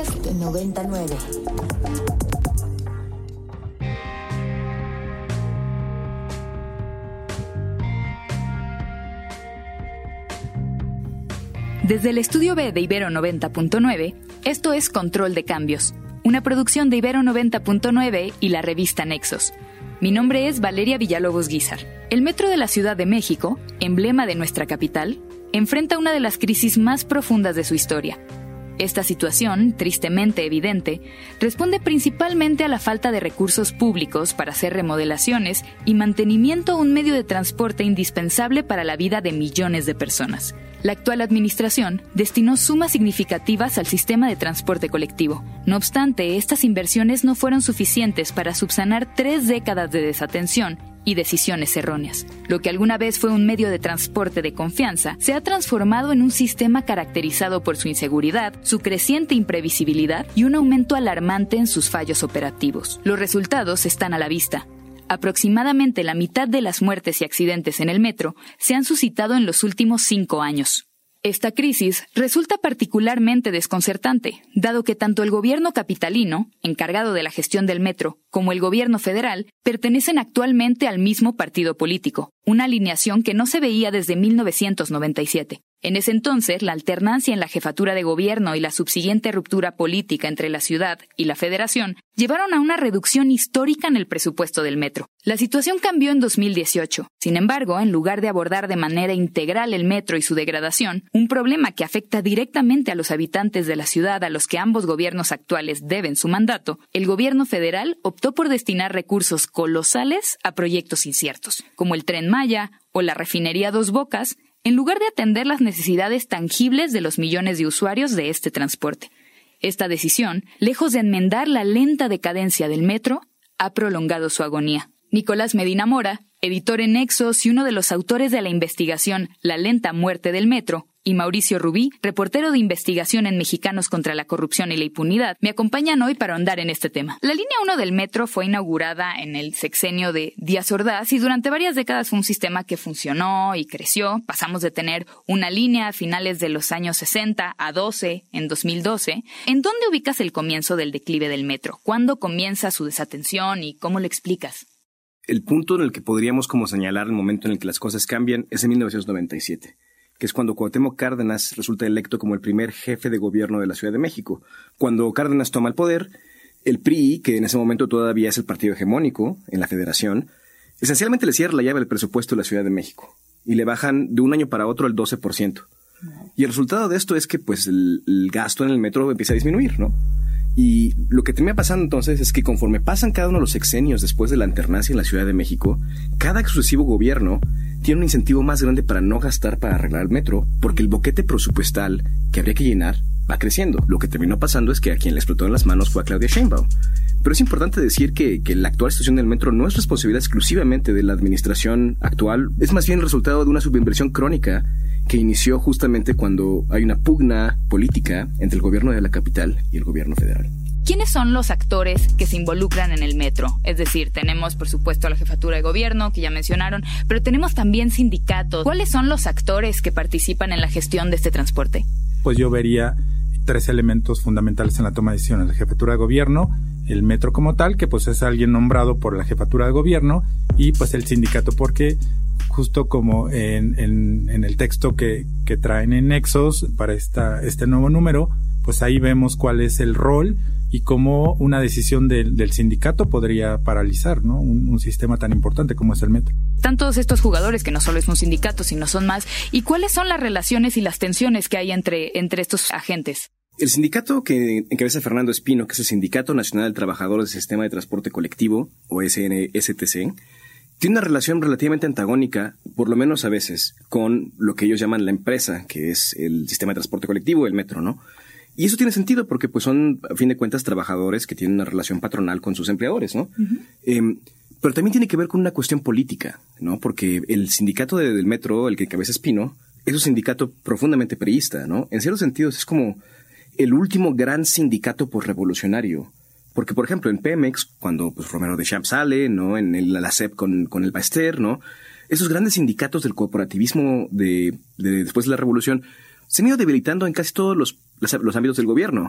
Podcast 99. Desde el Estudio B de Ibero 90.9, esto es Control de Cambios, una producción de Ibero 90.9 y la revista Nexos. Mi nombre es Valeria Villalobos Guízar. El metro de la Ciudad de México, emblema de nuestra capital, enfrenta una de las crisis más profundas de su historia. Esta situación, tristemente evidente, responde principalmente a la falta de recursos públicos para hacer remodelaciones y mantenimiento a un medio de transporte indispensable para la vida de millones de personas. La actual administración destinó sumas significativas al sistema de transporte colectivo. No obstante, estas inversiones no fueron suficientes para subsanar 3 décadas de desatención y decisiones erróneas. Lo que alguna vez fue un medio de transporte de confianza se ha transformado en un sistema caracterizado por su inseguridad, su creciente imprevisibilidad y un aumento alarmante en sus fallos operativos. Los resultados están a la vista. Aproximadamente la mitad de las muertes y accidentes en el metro se han suscitado en los últimos 5 años. Esta crisis resulta particularmente desconcertante, dado que tanto el gobierno capitalino, encargado de la gestión del metro, como el gobierno federal, pertenecen actualmente al mismo partido político, una alineación que no se veía desde 1997. En ese entonces, la alternancia en la jefatura de gobierno y la subsiguiente ruptura política entre la ciudad y la federación llevaron a una reducción histórica en el presupuesto del metro. La situación cambió en 2018. Sin embargo, en lugar de abordar de manera integral el metro y su degradación, un problema que afecta directamente a los habitantes de la ciudad a los que ambos gobiernos actuales deben su mandato, el gobierno federal optó por destinar recursos colosales a proyectos inciertos, como el Tren Maya o la refinería Dos Bocas, en lugar de atender las necesidades tangibles de los millones de usuarios de este transporte. Esta decisión, lejos de enmendar la lenta decadencia del metro, ha prolongado su agonía. Nicolás Medina Mora, editor en Nexos y uno de los autores de la investigación La lenta muerte del metro, y Mauricio Rubí, reportero de investigación en Mexicanos contra la Corrupción y la Impunidad, me acompañan hoy para ahondar en este tema. La línea 1 del metro fue inaugurada en el sexenio de Díaz Ordaz y durante varias décadas fue un sistema que funcionó y creció. Pasamos de tener una línea a finales de los años 60 a 12 en 2012. ¿En dónde ubicas el comienzo del declive del metro? ¿Cuándo comienza su desatención y cómo lo explicas? El punto en el que podríamos como señalar el momento en el que las cosas cambian es en 1997. Que es cuando Cuauhtémoc Cárdenas resulta electo como el primer jefe de gobierno de la Ciudad de México. Cuando Cárdenas toma el poder, el PRI, que en ese momento todavía es el partido hegemónico en la federación, esencialmente le cierra la llave del presupuesto de la Ciudad de México y le bajan de un año para otro el 12%. Y el resultado de esto es que pues el gasto en el metro empieza a disminuir, ¿no? Y lo que termina pasando entonces es que conforme pasan cada uno de los sexenios después de la alternancia en la Ciudad de México, cada sucesivo gobierno tiene un incentivo más grande para no gastar para arreglar el metro, porque el boquete presupuestal que habría que llenar va creciendo. Lo que terminó pasando es que a quien le explotó en las manos fue a Claudia Sheinbaum. Pero es importante decir que la actual situación del metro no es responsabilidad exclusivamente de la administración actual, es más bien el resultado de una subinversión crónica que inició justamente cuando hay una pugna política entre el gobierno de la capital y el gobierno federal. ¿Quiénes son los actores que se involucran en el metro? Es decir, tenemos por supuesto a la jefatura de gobierno, que ya mencionaron, pero tenemos también sindicatos. ¿Cuáles son los actores que participan en la gestión de este transporte? Pues yo vería 3 elementos fundamentales en la toma de decisiones: la jefatura de gobierno, el metro como tal, que pues es alguien nombrado por la jefatura de gobierno, y pues el sindicato, porque justo como en el texto que traen en Nexos para este nuevo número, pues ahí vemos cuál es el rol y cómo una decisión del sindicato podría paralizar, ¿no?, un sistema tan importante como es el metro. Están todos estos jugadores, que no solo es un sindicato, sino son más. ¿Y cuáles son las relaciones y las tensiones que hay entre estos agentes? El sindicato que encabeza Fernando Espino, que es el Sindicato Nacional de Trabajadores del Sistema de Transporte Colectivo, o SNSTC, tiene una relación relativamente antagónica, por lo menos a veces, con lo que ellos llaman la empresa, que es el sistema de transporte colectivo, el metro, ¿no? Y eso tiene sentido porque pues son, a fin de cuentas, trabajadores que tienen una relación patronal con sus empleadores, ¿no? Uh-huh. Pero también tiene que ver con una cuestión política, ¿no? Porque el sindicato del metro, el que encabeza Espino, es un sindicato profundamente priista, ¿no? En ciertos sentidos es como el último gran sindicato posrevolucionario. Porque, por ejemplo, en Pemex, cuando pues, Romero Deschamps sale, ¿no? En la CEP con el Baester, ¿no? Esos grandes sindicatos del corporativismo de después de la revolución se han ido debilitando en casi todos los ámbitos del gobierno.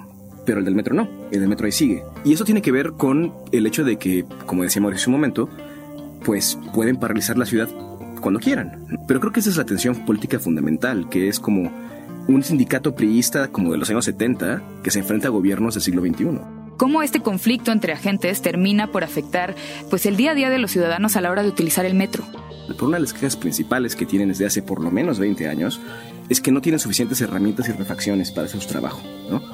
pero el del metro no, el del metro ahí sigue. Y eso tiene que ver con el hecho de que, como decía Mauricio en un momento, pues pueden paralizar la ciudad cuando quieran. Pero creo que esa es la tensión política fundamental, que es como un sindicato priista como de los años 70 que se enfrenta a gobiernos del siglo XXI. ¿Cómo este conflicto entre agentes termina por afectar pues el día a día de los ciudadanos a la hora de utilizar el metro? Por una de las quejas principales que tienen desde hace por lo menos 20 años es que no tienen suficientes herramientas y refacciones para hacer su trabajo, ¿no?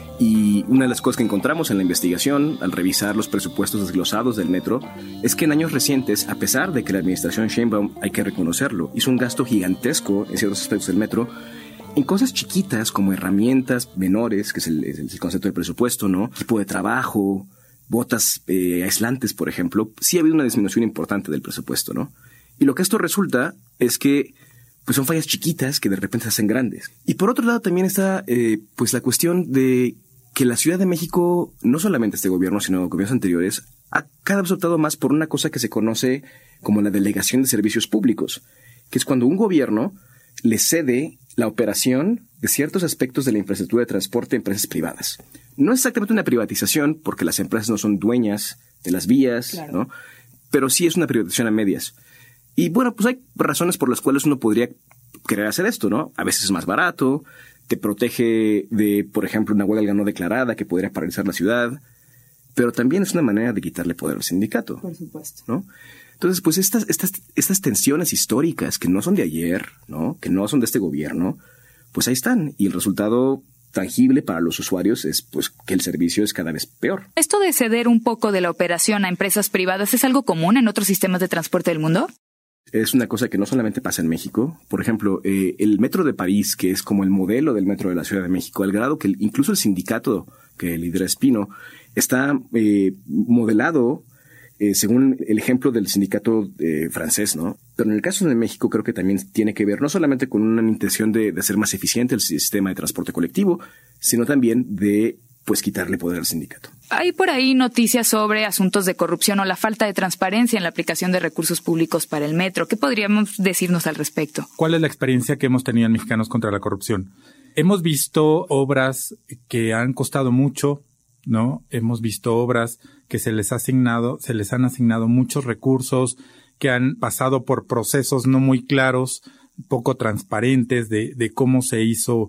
Y una de las cosas que encontramos en la investigación, al revisar los presupuestos desglosados del metro, es que en años recientes, a pesar de que la administración Sheinbaum, hay que reconocerlo, hizo un gasto gigantesco en ciertos aspectos del metro, en cosas chiquitas como herramientas menores, que es el concepto del presupuesto, ¿no? Equipo de trabajo, botas aislantes, por ejemplo, sí ha habido una disminución importante del presupuesto, ¿no? Y lo que esto resulta es que pues son fallas chiquitas que de repente se hacen grandes. Y por otro lado también está pues la cuestión de que la Ciudad de México, no solamente este gobierno, sino gobiernos anteriores, ha cada vez optado más por una cosa que se conoce como la delegación de servicios públicos, que es cuando un gobierno le cede la operación de ciertos aspectos de la infraestructura de transporte a empresas privadas. No es exactamente una privatización, porque las empresas no son dueñas de las vías, claro, ¿no? Pero sí es una privatización a medias. Y bueno, pues hay razones por las cuales uno podría querer hacer esto, ¿no? A veces es más barato, te protege de, por ejemplo, una huelga no declarada que podría paralizar la ciudad, pero también es una manera de quitarle poder al sindicato. Por supuesto. ¿No? Entonces, pues estas tensiones históricas que no son de ayer, ¿no? Que no son de este gobierno, pues ahí están. Y el resultado tangible para los usuarios es pues que el servicio es cada vez peor. ¿Esto de ceder un poco de la operación a empresas privadas es algo común en otros sistemas de transporte del mundo? Es una cosa que no solamente pasa en México. Por ejemplo, el metro de París, que es como el modelo del metro de la Ciudad de México, al grado que incluso el sindicato que lidera Espino está modelado según el ejemplo del sindicato francés, ¿no? Pero en el caso de México creo que también tiene que ver no solamente con una intención de hacer más eficiente el sistema de transporte colectivo, sino también de pues quitarle poder al sindicato. Hay por ahí noticias sobre asuntos de corrupción o la falta de transparencia en la aplicación de recursos públicos para el metro. ¿Qué podríamos decirnos al respecto? ¿Cuál es la experiencia que hemos tenido en Mexicanos contra la Corrupción? Hemos visto obras que han costado mucho, ¿no? Hemos visto obras que se les han asignado muchos recursos, que han pasado por procesos no muy claros, poco transparentes de cómo se hizo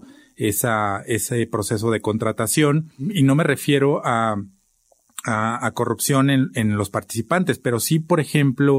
ese proceso de contratación. Y no me refiero a corrupción en los participantes, pero sí, por ejemplo,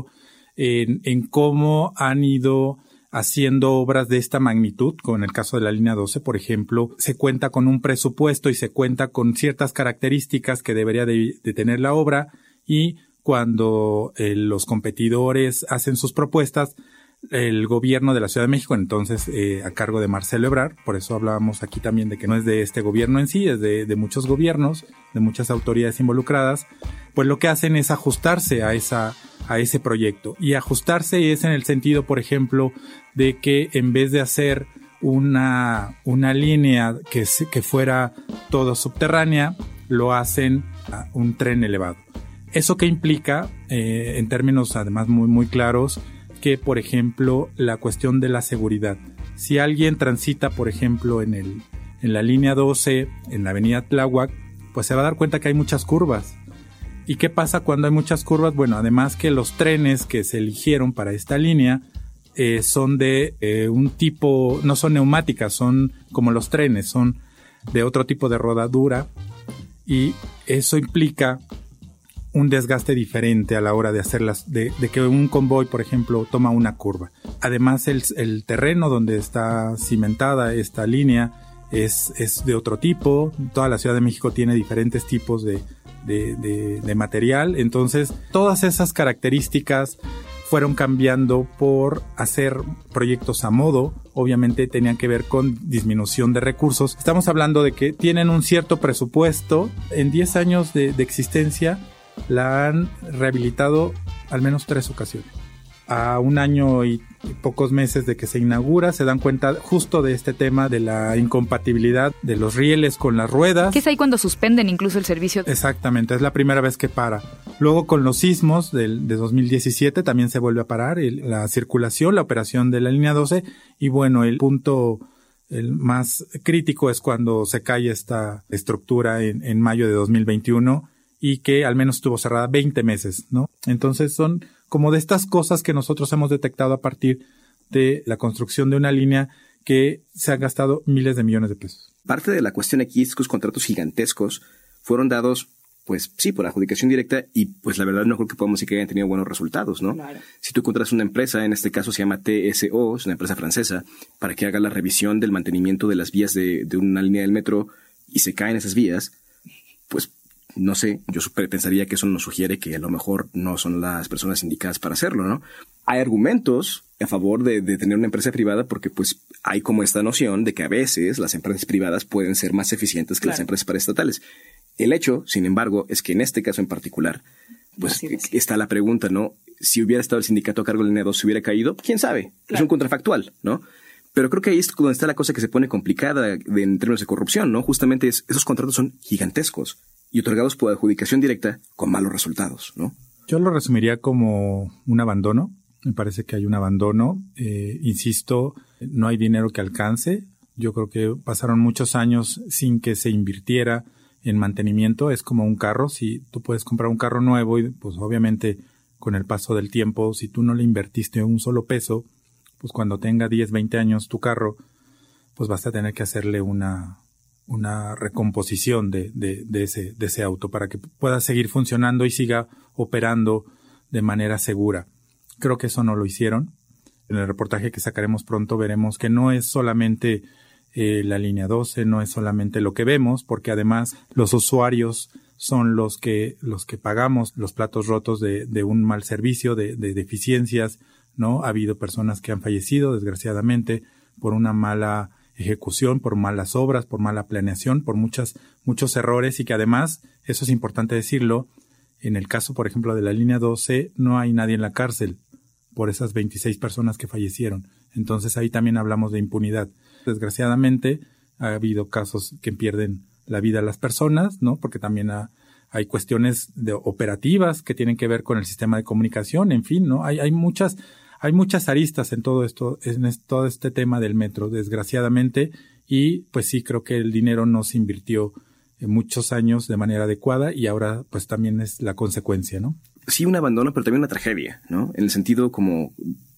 en cómo han ido haciendo obras de esta magnitud, como en el caso de la línea 12, por ejemplo, se cuenta con un presupuesto y se cuenta con ciertas características que debería de tener la obra, y cuando los competidores hacen sus propuestas, el gobierno de la Ciudad de México, entonces a cargo de Marcelo Ebrard, por eso hablábamos aquí también de que no es de este gobierno en sí, es de muchos gobiernos, de muchas autoridades involucradas, pues lo que hacen es ajustarse a ese proyecto. Y ajustarse es en el sentido, por ejemplo, de que en vez de hacer una línea que fuera todo subterránea, lo hacen a un tren elevado. ¿Eso qué implica? En términos además muy, muy claros, que, por ejemplo, la cuestión de la seguridad. Si alguien transita, por ejemplo, en la línea 12, en la avenida Tláhuac, pues se va a dar cuenta que hay muchas curvas. ¿Y qué pasa cuando hay muchas curvas? Bueno, además que los trenes que se eligieron para esta línea son de un tipo, no son neumáticas, son como los trenes, son de otro tipo de rodadura, y eso implica un desgaste diferente a la hora de hacerlas, de que un convoy, por ejemplo, toma una curva. Además, el terreno donde está cimentada esta línea es de otro tipo. Toda la Ciudad de México tiene diferentes tipos de material. Entonces, todas esas características fueron cambiando por hacer proyectos a modo. Obviamente tenían que ver con disminución de recursos. Estamos hablando de que tienen un cierto presupuesto. En 10 años de existencia, la han rehabilitado al menos 3 ocasiones. A un año y pocos meses de que se inaugura, se dan cuenta justo de este tema de la incompatibilidad de los rieles con las ruedas. ¿Qué es ahí cuando suspenden incluso el servicio? Exactamente, es la primera vez que para. Luego, con los sismos de 2017 también se vuelve a parar la circulación, la operación de la línea 12. Y bueno, el punto El más crítico es cuando se cae esta estructura en mayo de 2021 y que al menos estuvo cerrada 20 meses, ¿no? Entonces son como de estas cosas que nosotros hemos detectado a partir de la construcción de una línea que se han gastado miles de millones de pesos. Parte de la cuestión aquí es que los contratos gigantescos fueron dados, pues sí, por adjudicación directa y pues la verdad no creo que podamos decir que hayan tenido buenos resultados, ¿no? Claro. Si tú contratas una empresa, en este caso se llama TSO, es una empresa francesa, para que haga la revisión del mantenimiento de las vías de una línea del metro y se caen esas vías, pues no sé, yo pensaría que eso nos sugiere que a lo mejor no son las personas indicadas para hacerlo, ¿no? Hay argumentos a favor de tener una empresa privada porque pues hay como esta noción de que a veces las empresas privadas pueden ser más eficientes que las empresas paraestatales. El hecho, sin embargo, es que en este caso en particular, pues está la pregunta, ¿no? Si hubiera estado el sindicato a cargo de la línea 2, ¿se hubiera caído? ¿Quién sabe? Claro. Es un contrafactual, ¿no? Pero creo que ahí es donde está la cosa que se pone complicada en términos de corrupción, ¿no? Justamente esos contratos son gigantescos y otorgados por adjudicación directa con malos resultados, ¿no? Yo lo resumiría como un abandono. Me parece que hay un abandono. Insisto, no hay dinero que alcance. Yo creo que pasaron muchos años sin que se invirtiera en mantenimiento. Es como un carro. Si tú puedes comprar un carro nuevo y pues obviamente con el paso del tiempo, si tú no le invertiste un solo peso, pues cuando tenga 10, 20 años tu carro, pues vas a tener que hacerle una recomposición de ese auto para que pueda seguir funcionando y siga operando de manera segura. Creo que eso no lo hicieron. En el reportaje que sacaremos pronto veremos que no es solamente la línea 12, no es solamente lo que vemos, porque además los usuarios son los que pagamos los platos rotos de un mal servicio, de deficiencias, ¿no? Ha habido personas que han fallecido, desgraciadamente, por una mala ejecución, por malas obras, por mala planeación, por muchos errores y que además, eso es importante decirlo, en el caso, por ejemplo, de la línea 12, no hay nadie en la cárcel por esas 26 personas que fallecieron. Entonces ahí también hablamos de impunidad. Desgraciadamente ha habido casos que pierden la vida a las personas, ¿no? Porque también hay cuestiones operativas que tienen que ver con el sistema de comunicación, en fin, ¿no? Hay muchas aristas en todo esto, en todo este tema del metro, desgraciadamente, y pues sí creo que el dinero no se invirtió en muchos años de manera adecuada y ahora pues también es la consecuencia, ¿no? Sí, un abandono, pero también una tragedia, ¿no? En el sentido como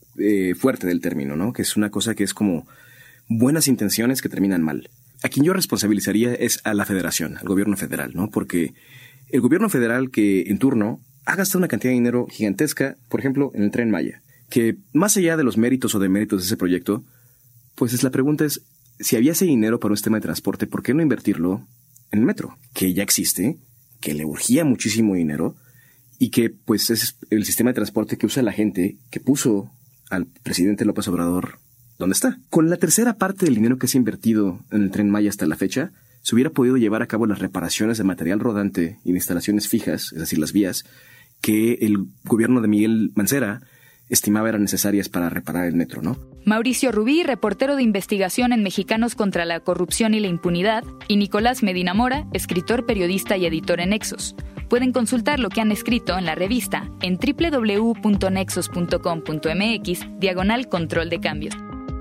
fuerte del término, ¿no? Que es una cosa que es como buenas intenciones que terminan mal. A quien yo responsabilizaría es a la federación, al gobierno federal, ¿no? Porque el gobierno federal que en turno ha gastado una cantidad de dinero gigantesca, por ejemplo, en el Tren Maya, que más allá de los méritos o deméritos de ese proyecto, pues la pregunta es, si había ese dinero para un sistema de transporte, ¿por qué no invertirlo en el metro? Que ya existe, que le urgía muchísimo dinero y que pues es el sistema de transporte que usa la gente que puso al presidente López Obrador donde está. Con la tercera parte del dinero que se ha invertido en el Tren Maya hasta la fecha, se hubiera podido llevar a cabo las reparaciones de material rodante y de instalaciones fijas, es decir, las vías, que el gobierno de Miguel Mancera estimaba eran necesarias para reparar el metro, ¿no? Mauricio Rubí, reportero de investigación en Mexicanos contra la Corrupción y la Impunidad, y Nicolás Medina Mora, escritor, periodista y editor en Nexos. Pueden consultar lo que han escrito en la revista en www.nexos.com.mx/control de cambios.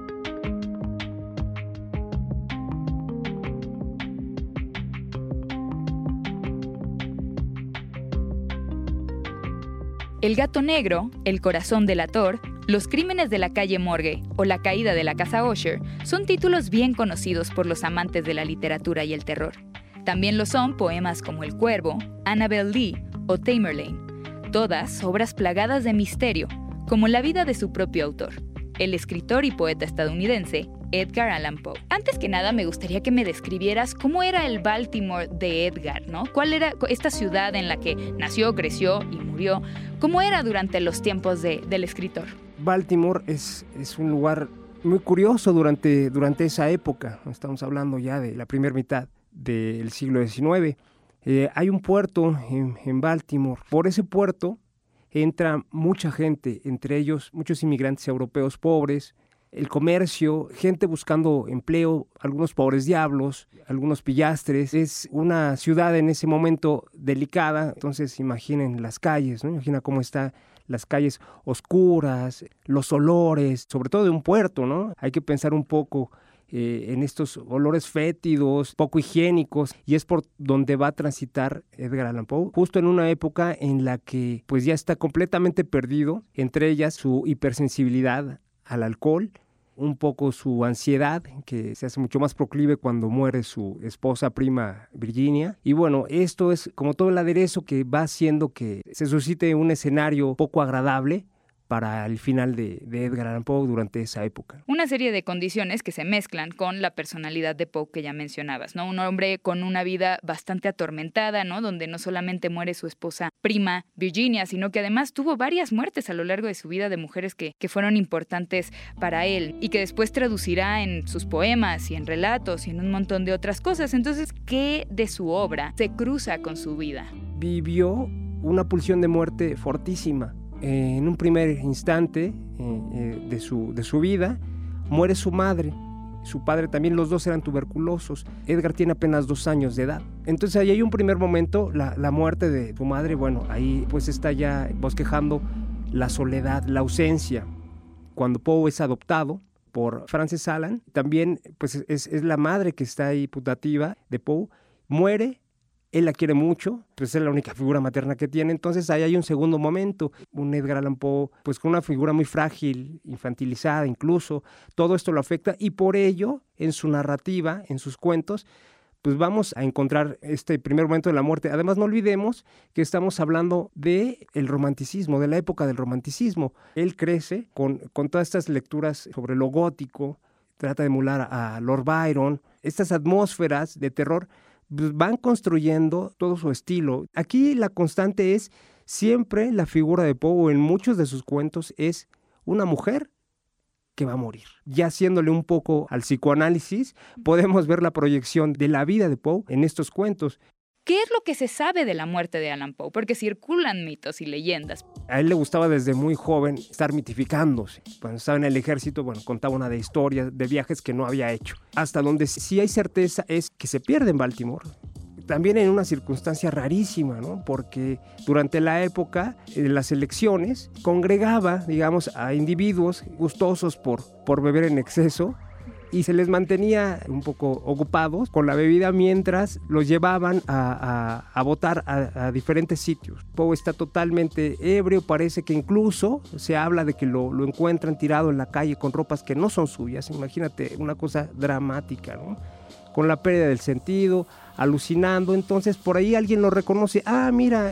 El gato negro, El corazón delator, Los crímenes de la calle Morgue o La caída de la casa Usher son títulos bien conocidos por los amantes de la literatura y el terror. También lo son poemas como El Cuervo, Annabel Lee o Tamerlane, todas obras plagadas de misterio, como la vida de su propio autor, el escritor y poeta estadounidense Edgar Allan Poe. Antes que nada, me gustaría que me describieras cómo era el Baltimore de Edgar, ¿no? ¿Cuál era esta ciudad en la que nació, creció y murió? ¿Cómo era durante los tiempos del escritor? Baltimore es un lugar muy curioso durante esa época. Estamos hablando ya de la primera mitad del siglo XIX. Hay un puerto en Baltimore. Por ese puerto entra mucha gente, entre ellos muchos inmigrantes europeos pobres, el comercio, gente buscando empleo, algunos pobres diablos, algunos pillastres. Es una ciudad en ese momento delicada, entonces imaginen las calles, ¿no? Imagina cómo están las calles oscuras, los olores, sobre todo de un puerto, ¿no? Hay que pensar un poco en estos olores fétidos, poco higiénicos, y es por donde va a transitar Edgar Allan Poe, justo en una época en la que pues ya está completamente perdido, entre ellas su hipersensibilidad al alcohol, un poco su ansiedad, que se hace mucho más proclive cuando muere su esposa prima Virginia. Y bueno, esto es como todo el aderezo que va haciendo que se suscite un escenario poco agradable para el final de Edgar Allan Poe durante esa época. Una serie de condiciones que se mezclan con la personalidad de Poe que ya mencionabas, ¿no? Un hombre con una vida bastante atormentada, ¿no? Donde no solamente muere su esposa prima Virginia, sino que además tuvo varias muertes a lo largo de su vida de mujeres que fueron importantes para él y que después traducirá en sus poemas y en relatos y en un montón de otras cosas. Entonces, ¿qué de su obra se cruza con su vida? Vivió una pulsión de muerte fortísima. En un primer instante de su vida, muere su madre, su padre también, los dos eran tuberculosos. Edgar tiene apenas 2 años de edad. Entonces ahí hay un primer momento, la muerte de su madre, bueno, ahí pues está ya bosquejando la soledad, la ausencia. Cuando Poe es adoptado por Frances Allan, también pues es la madre que está ahí putativa de Poe, muere. Él la quiere mucho, pues es la única figura materna que tiene. Entonces ahí hay un segundo momento, un Edgar Allan Poe pues con una figura muy frágil, infantilizada incluso. Todo esto lo afecta y por ello en su narrativa, en sus cuentos, pues vamos a encontrar este primer momento de la muerte. Además no olvidemos que estamos hablando del romanticismo, de la época del romanticismo. Él crece con todas estas lecturas sobre lo gótico, trata de emular a Lord Byron, estas atmósferas de terror van construyendo todo su estilo. Aquí la constante es siempre la figura de Poe en muchos de sus cuentos es una mujer que va a morir. Ya haciéndole un poco al psicoanálisis, podemos ver la proyección de la vida de Poe en estos cuentos. ¿Qué es lo que se sabe de la muerte de Allan Poe? Porque circulan mitos y leyendas. A él le gustaba desde muy joven estar mitificándose. Cuando estaba en el ejército, bueno, contaba una de historias de viajes que no había hecho. Hasta donde sí hay certeza es que se pierde en Baltimore. También en una circunstancia rarísima, ¿no? Porque durante la época de las elecciones congregaba, digamos, a individuos gustosos por beber en exceso, y se les mantenía un poco ocupados con la bebida mientras los llevaban a votar a diferentes sitios. Poe está totalmente ebrio, parece que incluso se habla de que lo encuentran tirado en la calle con ropas que no son suyas. Imagínate, una cosa dramática, ¿no? Con la pérdida del sentido, alucinando. Entonces por ahí alguien lo reconoce. Ah, mira,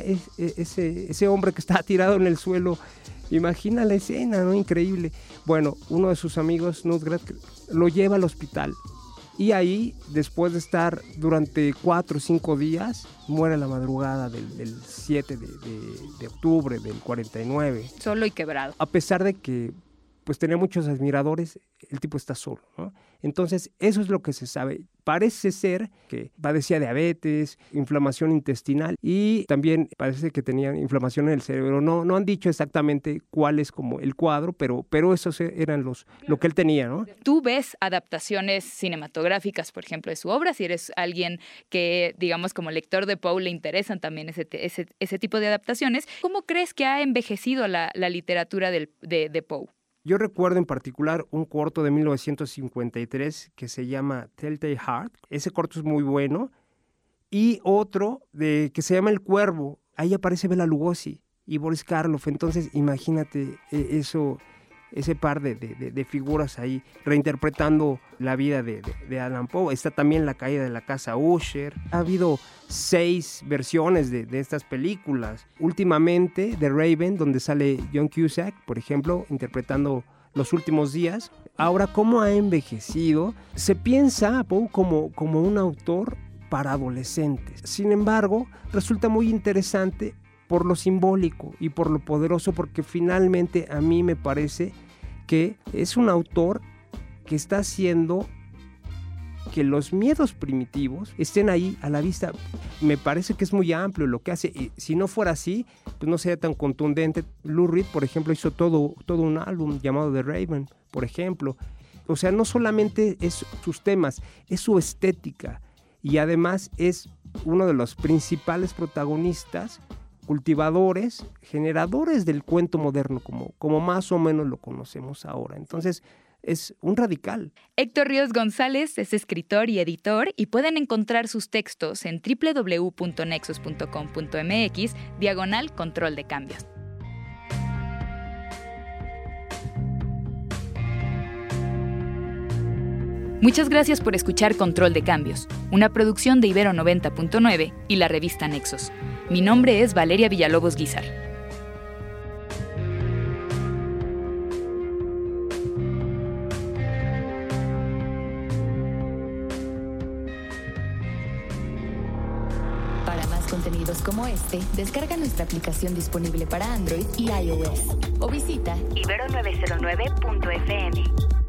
ese hombre que está tirado en el suelo. Imagina la escena, ¿no? Increíble. Bueno, uno de sus amigos, Snodgrass, lo lleva al hospital y ahí, después de estar durante 4 o 5 días, muere la madrugada del 7 de octubre del 49. Solo y quebrado. A pesar de que pues tenía muchos admiradores, el tipo está solo, ¿no? Entonces, eso es lo que se sabe. Parece ser que padecía diabetes, inflamación intestinal y también parece que tenía inflamación en el cerebro. No han dicho exactamente cuál es como el cuadro, pero esos eran lo que él tenía, ¿no? Tú ves adaptaciones cinematográficas, por ejemplo, de su obra, si eres alguien que, digamos, como lector de Poe le interesan también ese tipo de adaptaciones. ¿Cómo crees que ha envejecido la literatura de Poe? Yo recuerdo en particular un corto de 1953 que se llama Telltale Heart. Ese corto es muy bueno. Y otro que se llama El Cuervo. Ahí aparece Bela Lugosi y Boris Karloff. Entonces, imagínate ese par de figuras ahí reinterpretando la vida de Allan Poe. Está también La caída de la casa Usher. Ha habido 6 versiones de estas películas. Últimamente, The Raven, donde sale John Cusack, por ejemplo, interpretando Los últimos días. Ahora, ¿cómo ha envejecido? Se piensa a Poe como un autor para adolescentes. Sin embargo, resulta muy interesante por lo simbólico y por lo poderoso, porque finalmente a mí me parece que es un autor que está haciendo que los miedos primitivos estén ahí a la vista. Me parece que es muy amplio lo que hace, y si no fuera así, pues no sería tan contundente. Lou Reed, por ejemplo, hizo todo un álbum llamado The Raven, por ejemplo. O sea, no solamente es sus temas, es su estética, y además es uno de los principales protagonistas, cultivadores, generadores del cuento moderno, como más o menos lo conocemos ahora. Entonces, es un radical. Héctor Ríos González es escritor y editor y pueden encontrar sus textos en www.nexos.com.mx/control de cambios. Muchas gracias por escuchar Control de Cambios, una producción de Ibero 90.9 y la revista Nexos. Mi nombre es Valeria Villalobos Guízar. Para más contenidos como este, descarga nuestra aplicación disponible para Android y iOS o visita ibero909.fm.